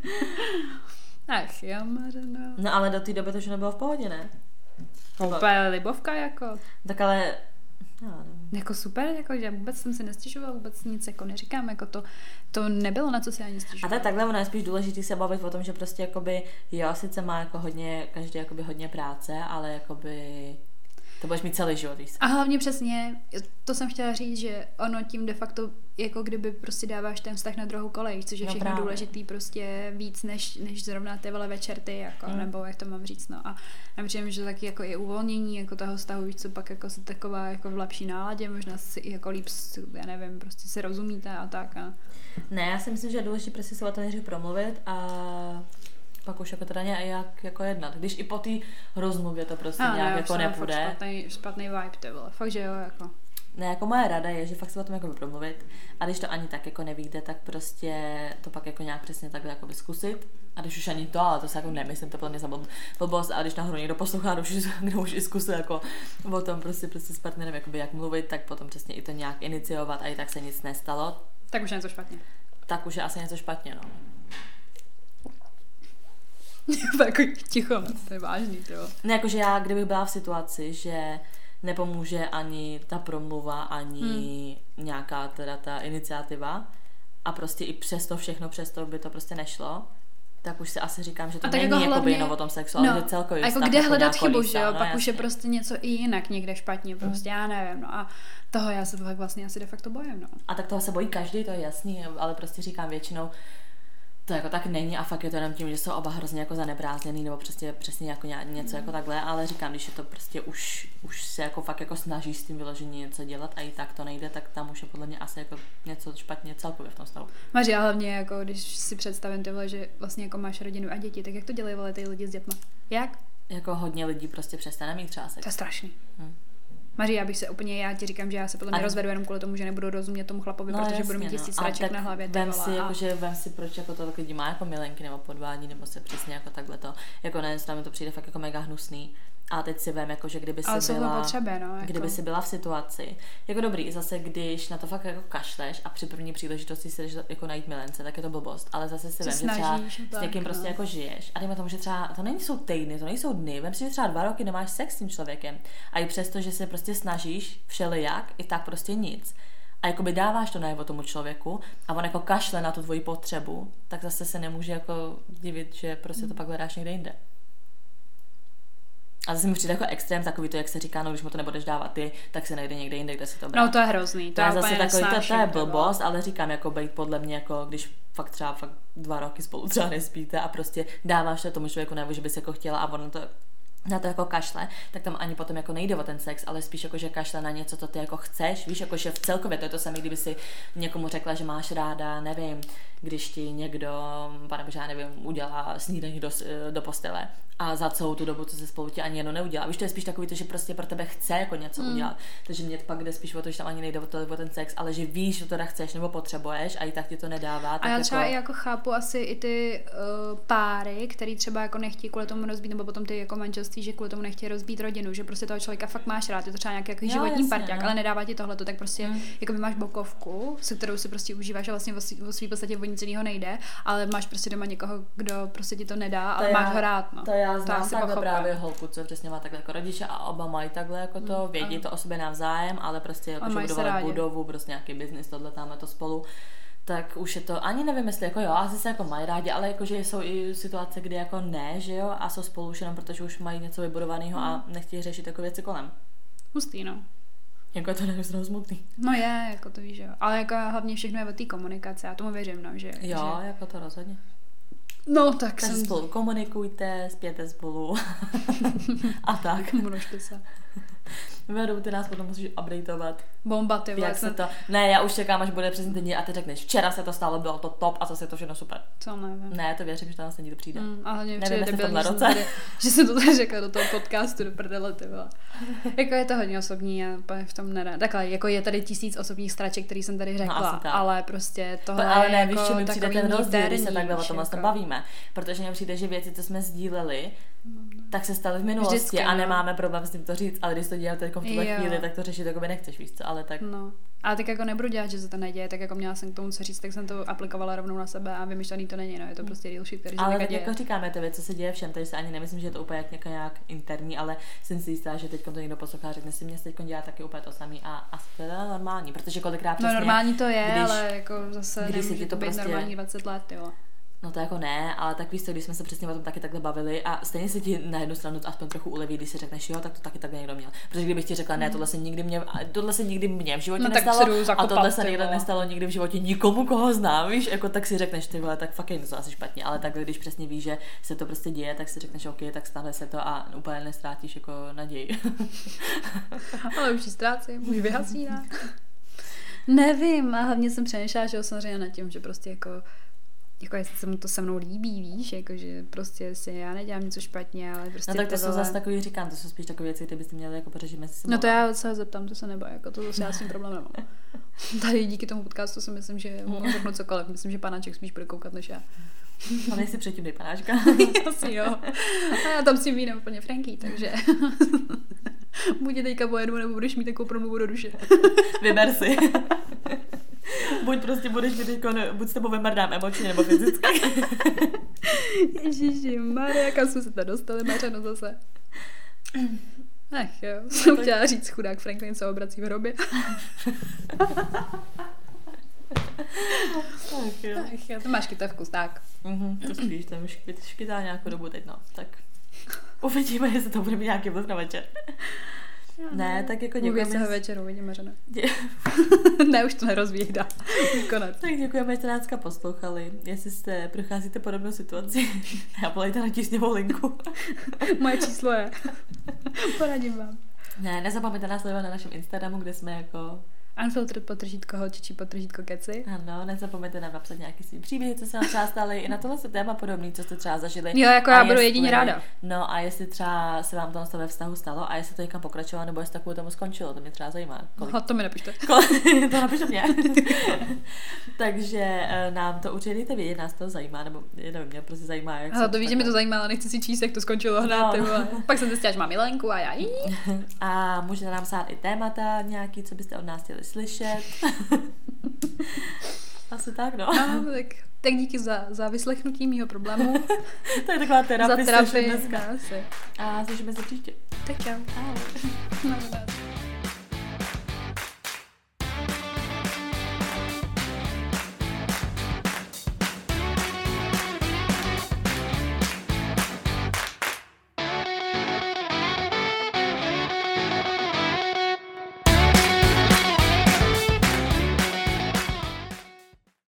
[SPEAKER 1] Ach jo, Mařeno.
[SPEAKER 2] No ale do té doby to už nebylo v pohodě, ne?
[SPEAKER 1] Úplně libovka jako.
[SPEAKER 2] Tak ale, já nevím.
[SPEAKER 1] Jako super, jako, že vůbec jsem si nestěžovala, vůbec nic jako neříkám, jako to nebylo, na co si ani stěžovala.
[SPEAKER 2] A to je takhle, ono je spíš důležitý se bavit o tom, že prostě jakoby, jo, sice má jako každý jakoby hodně práce, ale jakoby to budeš mít celý život, víš.
[SPEAKER 1] A hlavně přesně, to jsem chtěla říct, že ono tím de facto, jako kdyby prostě dáváš ten vztah na druhou kolej, což je všechno důležitý prostě víc, než zrovna ty vole večerty, jako, nebo jak to mám říct, no. A já myslím, že taky jako i uvolnění jako toho vztahu, víš co, pak jako se taková jako v lepší náladě, možná si i jako líp, já nevím, prostě si rozumíte a tak. A...
[SPEAKER 2] Ne, já si myslím, že je důležité prostě se o tom nejdřív promluvit a pak už jako teda nějak jako jednat. Když i po té rozmluvě to prostě nějak jako nepůjde.
[SPEAKER 1] Špatný vibe to bylo. Fakt, že jo, jako.
[SPEAKER 2] Ne, jako moje rada je, že fakt se o tom jako promluvit a když to ani tak jako nevíte, tak prostě to pak jako nějak přesně takhle jako zkusit. A když už ani to, ale to se jako nemyslím, to plně za blbost, a když nahoru někdo poslouchá, kdo už i zkusil jako o tom prostě s partnerem jakoby jak mluvit, tak potom přesně i to nějak iniciovat a i tak se nic nestalo.
[SPEAKER 1] Tak už je něco špatně.
[SPEAKER 2] Tak už je asi něco špatně, no.
[SPEAKER 1] Jako ticho, to je vážný, to.
[SPEAKER 2] Ne, jakože já, kdybych byla v situaci, že nepomůže ani ta promluva, ani nějaká teda ta iniciativa a prostě i přesto všechno, přesto by to prostě nešlo, tak už si asi říkám, že to není jako hlavně, jenom o tom sexu, ale že celkově
[SPEAKER 1] jako kde hledat chybu, že jo, pak už je prostě něco i jinak někde špatně, prostě já nevím, no a toho já se tak vlastně asi de facto bojím, no.
[SPEAKER 2] A tak toho se bojí každý, to je jasný, ale prostě říkám většinou, to jako tak není a fakt je to jenom tím, že jsou oba hrozně jako zaneprázdněný nebo přesně jako něco jako takhle, ale říkám, když je to prostě už se jako fakt jako snažíš s tím vyloženě něco dělat a i tak to nejde, tak tam už je podle mě asi jako něco špatně celkově v tom stavu.
[SPEAKER 1] Máš, a hlavně jako když si představím tyhle, že vlastně jako máš rodinu a děti, tak jak to dělají vole ty lidi s dětma? Jak?
[SPEAKER 2] Jako hodně lidí prostě přestane mít třeba sex.
[SPEAKER 1] To je strašný. Maří, já ti říkám, že já se podle mě rozvedu jenom kvůli tomu, že nebudu rozumět tomu chlapovi, protože jasně, budu mít 1000 sraček na hlavě.
[SPEAKER 2] Vem si, proč jako to lidi má jako milenky nebo podvádí, nebo se přesně jako takhle to, jako ne, mi to přijde fakt jako mega hnusný. A teď si vem, jako, že kdyby si byla v situaci, jako dobrý, zase když na to fakt jako kašleš a při první příležitosti si jdeš jako najít milence, tak je to blbost, ale zase si vem, že třeba s někým prostě jako žiješ a dejme tomu, že třeba to nejsou týdny, to nejsou dny, vem si, že třeba 2 roky nemáš sex s tím člověkem a i přesto, že se prostě snažíš všelijak, i tak prostě nic. A jakoby dáváš to najevo tomu člověku a on jako kašle na tu tvoji potřebu, tak zase se nemůže jako divit, že prostě to pak hledáš někde jinde. A zase mi přijde jako extrém takový to, jak se říká, no když mu to nebudeš dávat ty, tak se najde někde jinde, kde si to brát.
[SPEAKER 1] No to je hrozný.
[SPEAKER 2] To je zase takový, to je blbost, ale říkám, jako bejt podle mě, jako když fakt 2 roky spolu třeba nespíte a prostě dáváš to tomu člověku najevo, že bys jako chtěla a on to na to jako kašle, tak tam ani potom jako nejde o ten sex, ale spíš jako, že kašle na něco, co ty jako chceš, víš, jako, že v celkově to je to samé, kdyby si někomu řekla, že máš ráda, nevím, když ti někdo, panebože, já nevím, udělá snídaní do postele a za celou tu dobu, co se spolu ti ani jedno neudělá. Víš, to je spíš takový to, že prostě pro tebe chce jako něco udělat. Takže mě pak jde spíš o to, že tam ani nejde o ten sex, ale že víš, že to teda chceš nebo potřebuješ a i tak ti to nedává.
[SPEAKER 1] A já třeba jako chápu asi i ty páry, který třeba jako nechtějí kvůli tomu rozbít, nebo potom ty jako manželství, že kvůli tomu nechtějí rozbít rodinu, že prostě toho člověka fakt máš rád, je to třeba nějaký jako životní parťák, ale nedává ti tohleto, tak prostě jako máš bokovku, se kterou si prostě užíváš a vlastně o svý podstatě o nic jiného nejde, ale máš prostě doma někoho, kdo prostě ti to nedá, ale máš ho rád, no.
[SPEAKER 2] To já znám takhle právě holku, co přesně má takhle jako rodiče a oba mají takhle jako to, vědí to o sobě navzájem, ale prostě jako že budovali budovu, prostě nějaký biznis, tohle tam to spolu. Tak už je to, ani nevím, jestli jako jo, asi se jako mají rádi, ale jakože jsou i situace, kdy jako ne, že jo, a jsou spolu už jenom protože už mají něco vybudovaného a nechtějí řešit jako věci kolem.
[SPEAKER 1] Hustý, no.
[SPEAKER 2] Jako je to nehrozně smutný.
[SPEAKER 1] No je, jako to víš, jo. Ale jako hlavně všechno je o té komunikaci, já tomu věřím, no, že...
[SPEAKER 2] Jo, že... jako to rozhodně.
[SPEAKER 1] No, tak
[SPEAKER 2] jsem... spolu komunikujte, spějte spolu a tak.
[SPEAKER 1] Množte se.
[SPEAKER 2] Vedou, ty nás potom musíš updateovat.
[SPEAKER 1] Bomba, ty
[SPEAKER 2] jak se to... Ne, já už čekám, až bude přesně ten den a ty řekneš, včera se to stalo, bylo to top a zase je to všechno super.
[SPEAKER 1] Co nevím.
[SPEAKER 2] Ne, to věřím, že to nás někdy přijde.
[SPEAKER 1] A hlavně nevím, jestli v tomhle roce. Že jsem to tady řekla do toho podcastu, do prdele, ty byla. Jako je to hodně osobní, já v tom nerad. Takhle, jako je tady 1000 osobních straček, který jsem tady řekla, no, ale prostě tohle
[SPEAKER 2] ale
[SPEAKER 1] je
[SPEAKER 2] ne,
[SPEAKER 1] jako
[SPEAKER 2] víš, že mi přijde ten rozdíl, když se takhle o tom
[SPEAKER 1] jako...
[SPEAKER 2] bavíme. Protože mně přijde, že věci, co jsme sdíleli, tak se staly v minulosti
[SPEAKER 1] vždycky,
[SPEAKER 2] a nemáme problém s tím to říct, ale když to děláte jako v tuhle chvíli, tak to řešit jako by nechceš, víš co, ale tak...
[SPEAKER 1] No. Ale tak jako nebudu dělat, že se to neděje, tak jako měla jsem k tomu co říct, tak jsem to aplikovala rovnou na sebe a vymyšlený to není, no, je to prostě real shit, který se
[SPEAKER 2] ale tak
[SPEAKER 1] děje.
[SPEAKER 2] jako říkáme, to věc, co se děje všem, takže se ani nemyslím, že je to úplně nějak interní, ale jsem si jistá, že teď to někdo poslouchá, řekne si, mě teď dělá taky úplně to samý a asi to je normální, protože kolikrát přesně...
[SPEAKER 1] No normální to je, ale jako zase
[SPEAKER 2] nemůže
[SPEAKER 1] to být
[SPEAKER 2] prostě...
[SPEAKER 1] normální 20 let, jo.
[SPEAKER 2] No to jako ne, ale tak víš co, když jsme se přesně o tom taky takhle bavili a stejně se ti na jednu stranu aspoň trochu uleví, když si řekneš, jo, tak to taky takhle někdo měl. Protože kdybych ti řekla, ne, tohle se nikdy mě v životě nestalo a tohle se nikdy nestalo nikdy v životě nikomu, koho znám, víš, jako tak si řekneš, ty vole, tak fakt je to asi špatně, ale takhle, když přesně víš, že se to prostě děje, tak si řekneš, OK, tak stále se to a úplně nestrátíš jako naději.
[SPEAKER 1] Ale už ji ztrácím, už vyhasíná. Nevím, a hlavně jsem přemýšlela, že samozřejmě nad tím, že prostě jako jestli se mu to se mnou líbí, víš, jakože prostě si já nedělám něco špatně, ale prostě...
[SPEAKER 2] No tak to jsou zase takový, říkám, to jsou spíš takové věci, které byste měli jako pořešit mezi sebou.
[SPEAKER 1] No to já se zeptám, to se neboj, jako to zase já s tím problém nemám. Tady díky tomu podcastu si myslím, že mohu řeknout cokoliv, myslím, že panáček spíš bude koukat než já.
[SPEAKER 2] A nejsi předtím dej panáčka.
[SPEAKER 1] Asi jo. A já tam si vím úplně Franky, takže... Buď je teďka pojedu, nebo budeš mít takovou promluvu do duše.
[SPEAKER 2] Vyber si. Buď prostě budeš mít teďko, buď s tebou vymrdám emočně nebo fyzicky.
[SPEAKER 1] Ježišimarja, kam jsme se tam dostali, Mařeno zase. Ach jo, jsem chtěla říct chudák Franklin se obrací v hrobě. Ach jo, to máš kytavkus, tak.
[SPEAKER 2] To spíš, tam škytá nějakou dobu teď, no, tak uvidíme, jestli to bude mít nějaký vliv na večer. Ne, tak jako děkujeme.
[SPEAKER 1] Mluví se večer, uvidíme, že ne. Ne, už to nerozvíjí, dá. Konec.
[SPEAKER 2] Tak děkujeme, že jste nás poslouchali. Jestli jste procházíte podobnou situaci, já volejte na tísňovou linku.
[SPEAKER 1] Moje číslo je. Poradím vám.
[SPEAKER 2] Ne, nezapomeňte nás sledovat na našem Instagramu, kde jsme jako...
[SPEAKER 1] Unfiltered _holčičí _keci.
[SPEAKER 2] Ano, nezapomeňte nám napsat nějaký svý příběhy, co se vám třeba staly, i na tohle se téma podobný, co jste třeba zažili.
[SPEAKER 1] Jo, jako já budu jedině ráda.
[SPEAKER 2] No a jestli třeba se vám to ve vztahu stalo a jestli to někam pokračovalo, nebo jestli to kvůli tomu skončilo, to mě třeba zajímá.
[SPEAKER 1] No, to mi napište.
[SPEAKER 2] To napište mě. Takže nám to určitě dejte vědět, nás to zajímá, nebo nevím, mě prostě zajímá, jak
[SPEAKER 1] ale to víš, že mi to zajímá, ale nechci si číst, jak to skončilo hned. No. Pak jsem zjistila, že mám Milenku a já jí.
[SPEAKER 2] A můžete nám psát i témata nějaký, co byste od nás chtěli slyšet. Asi tak, no.
[SPEAKER 1] No, tak díky za vyslechnutí mýho problému.
[SPEAKER 2] To je taková terapie.
[SPEAKER 1] Za terapii dneska.
[SPEAKER 2] A slyšíme se příště.
[SPEAKER 1] Tak čau.
[SPEAKER 2] Ahoj.